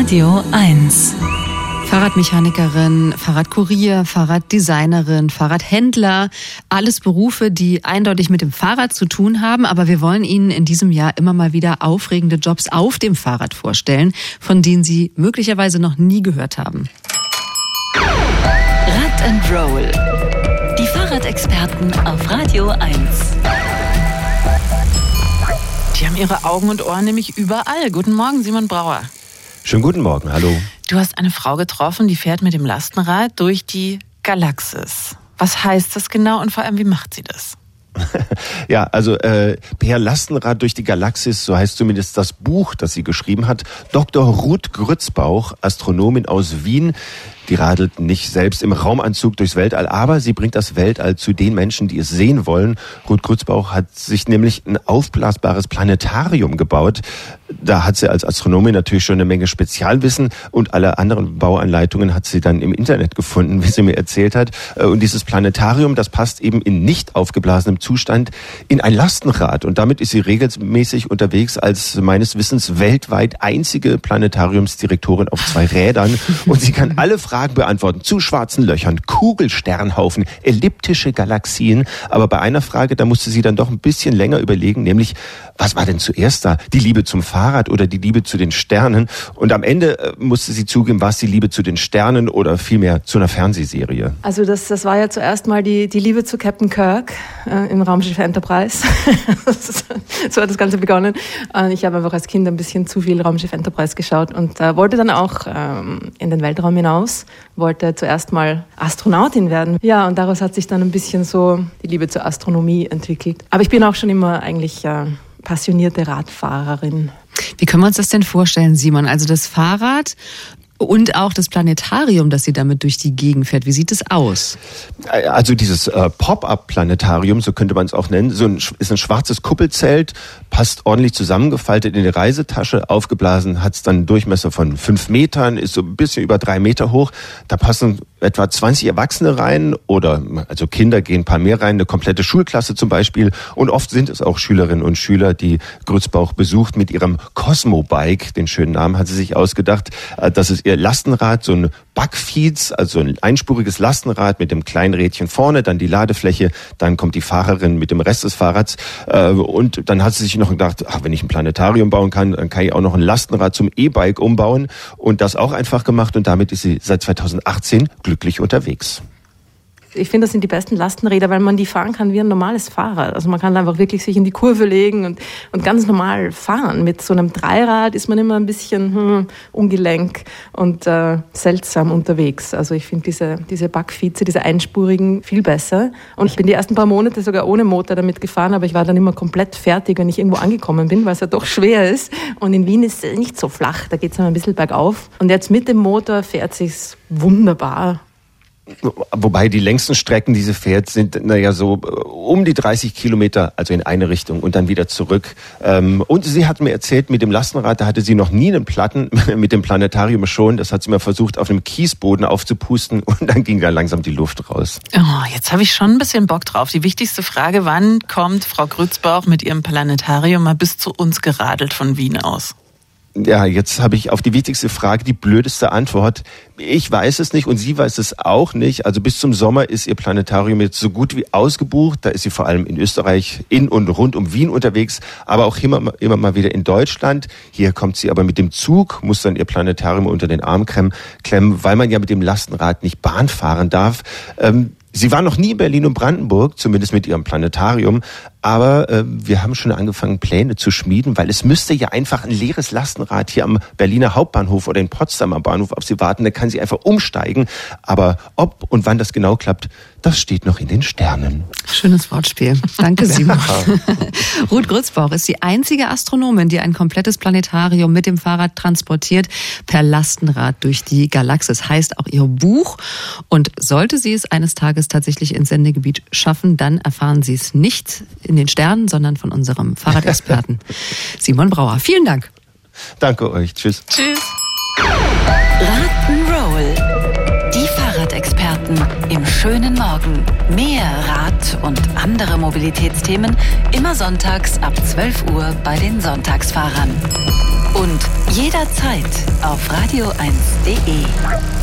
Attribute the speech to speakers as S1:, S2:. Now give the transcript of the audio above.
S1: Radio 1.
S2: Fahrradmechanikerin, Fahrradkurier, Fahrraddesignerin, Fahrradhändler, alles Berufe, die eindeutig mit dem Fahrrad zu tun haben, aber wir wollen Ihnen in diesem Jahr immer mal wieder aufregende Jobs auf dem Fahrrad vorstellen, von denen Sie möglicherweise noch nie gehört haben.
S1: Rad and Roll. Die Fahrradexperten auf Radio 1.
S3: Die haben ihre Augen und Ohren nämlich überall. Guten Morgen, Simon Brauer.
S4: Schönen guten Morgen, hallo.
S3: Du hast eine Frau getroffen, die fährt mit dem Lastenrad durch die Galaxis. Was heißt das genau und vor allem, wie macht sie das?
S4: Ja, also per Lastenrad durch die Galaxis, so heißt zumindest das Buch, das sie geschrieben hat. Dr. Ruth Grützbauch, Astronomin aus Wien. Die radelt nicht selbst im Raumanzug durchs Weltall, aber sie bringt das Weltall zu den Menschen, die es sehen wollen. Ruth Grützbauch hat sich nämlich ein aufblasbares Planetarium gebaut. Da hat sie als Astronomin natürlich schon eine Menge Spezialwissen und alle anderen Bauanleitungen hat sie dann im Internet gefunden, wie sie mir erzählt hat. Und dieses Planetarium, das passt eben in nicht aufgeblasenem Zustand in ein Lastenrad. Und damit ist sie regelmäßig unterwegs als meines Wissens weltweit einzige Planetariumsdirektorin auf 2 Rädern. Und sie kann alle Fragen beantworten zu schwarzen Löchern, Kugelsternhaufen, elliptische Galaxien. Aber bei einer Frage, da musste sie dann doch ein bisschen länger überlegen, nämlich, was war denn zuerst da? Die Liebe zum Fahrrad oder die Liebe zu den Sternen? Und am Ende musste sie zugeben, war es die Liebe zu den Sternen oder vielmehr zu einer Fernsehserie?
S5: Also das war ja zuerst mal die Liebe zu Captain Kirk im Raumschiff Enterprise. So hat das Ganze begonnen. Ich habe einfach als Kind ein bisschen zu viel Raumschiff Enterprise geschaut und wollte dann auch in den Weltraum hinaus, wollte zuerst mal Astronautin werden. Ja, und daraus hat sich dann ein bisschen so die Liebe zur Astronomie entwickelt. Aber ich bin auch schon immer eigentlich passionierte Radfahrerin.
S2: Wie können wir uns das denn vorstellen, Simon? Also das Fahrrad und auch das Planetarium, das sie damit durch die Gegend fährt. Wie sieht es aus?
S4: Also dieses Pop-up-Planetarium, so könnte man es auch nennen, ist ein schwarzes Kuppelzelt, passt ordentlich zusammengefaltet in die Reisetasche, aufgeblasen, hat es dann einen Durchmesser von 5 Metern, ist so ein bisschen über 3 Meter hoch. Da passen etwa 20 Erwachsene rein oder also Kinder gehen ein paar mehr rein, eine komplette Schulklasse zum Beispiel. Und oft sind es auch Schülerinnen und Schüler, die Grützbauch besucht mit ihrem Cosmo-Bike. Den schönen Namen hat sie sich ausgedacht. Das ist ihr Lastenrad, so ein Backfiets, also ein einspuriges Lastenrad mit dem kleinen Rädchen vorne, dann die Ladefläche, dann kommt die Fahrerin mit dem Rest des Fahrrads und dann hat sie sich noch gedacht, wenn ich ein Planetarium bauen kann, dann kann ich auch noch ein Lastenrad zum E-Bike umbauen und das auch einfach gemacht und damit ist sie seit 2018 glücklich unterwegs.
S5: Ich finde, das sind die besten Lastenräder, weil man die fahren kann wie ein normales Fahrrad. Also man kann einfach wirklich sich in die Kurve legen und ganz normal fahren. Mit so einem Dreirad ist man immer ein bisschen ungelenk und seltsam unterwegs. Also ich finde diese Backvize, diese einspurigen, viel besser. Und ich bin die ersten paar Monate sogar ohne Motor damit gefahren, aber ich war dann immer komplett fertig, wenn ich irgendwo angekommen bin, weil es ja doch schwer ist. Und in Wien ist es nicht so flach, da geht es ein bisschen bergauf. Und jetzt mit dem Motor fährt sich's wunderbar.
S4: Wobei die längsten Strecken, die sie fährt, sind so um die 30 Kilometer, also in eine Richtung und dann wieder zurück. Und sie hat mir erzählt, mit dem Lastenrad, da hatte sie noch nie einen Platten, mit dem Planetarium schon. Das hat sie mal versucht, auf einem Kiesboden aufzupusten und dann ging da langsam die Luft raus.
S3: Oh, jetzt habe ich schon ein bisschen Bock drauf. Die wichtigste Frage, wann kommt Frau Grützbauch mit ihrem Planetarium mal bis zu uns geradelt von Wien aus?
S4: Ja, jetzt habe ich auf die wichtigste Frage die blödeste Antwort. Ich weiß es nicht und sie weiß es auch nicht. Also bis zum Sommer ist ihr Planetarium jetzt so gut wie ausgebucht. Da ist sie vor allem in Österreich, in und rund um Wien unterwegs, aber auch immer mal wieder in Deutschland. Hier kommt sie aber mit dem Zug, muss dann ihr Planetarium unter den Arm klemmen, weil man ja mit dem Lastenrad nicht Bahn fahren darf. Sie war noch nie in Berlin und Brandenburg, zumindest mit ihrem Planetarium, aber wir haben schon angefangen, Pläne zu schmieden, weil es müsste ja einfach ein leeres Lastenrad hier am Berliner Hauptbahnhof oder in Potsdamer Bahnhof auf sie warten, da kann sie einfach umsteigen. Aber ob und wann das genau klappt, das steht noch in den Sternen.
S2: Schönes Wortspiel. Danke, Simon. Ruth Grützbauch ist die einzige Astronomin, die ein komplettes Planetarium mit dem Fahrrad transportiert, per Lastenrad durch die Galaxis. Heißt auch ihr Buch. Und sollte sie es eines Tages tatsächlich ins Sendegebiet schaffen, dann erfahren Sie es nicht in den Sternen, sondern von unserem Fahrradexperten Simon Brauer. Vielen Dank.
S4: Danke euch. Tschüss.
S3: Tschüss.
S1: Rock'n'Roll. Die Fahrradexperten im schönen Morgen. Mehr Rad- und andere Mobilitätsthemen immer sonntags ab 12 Uhr bei den Sonntagsfahrern. Und jederzeit auf radio1.de.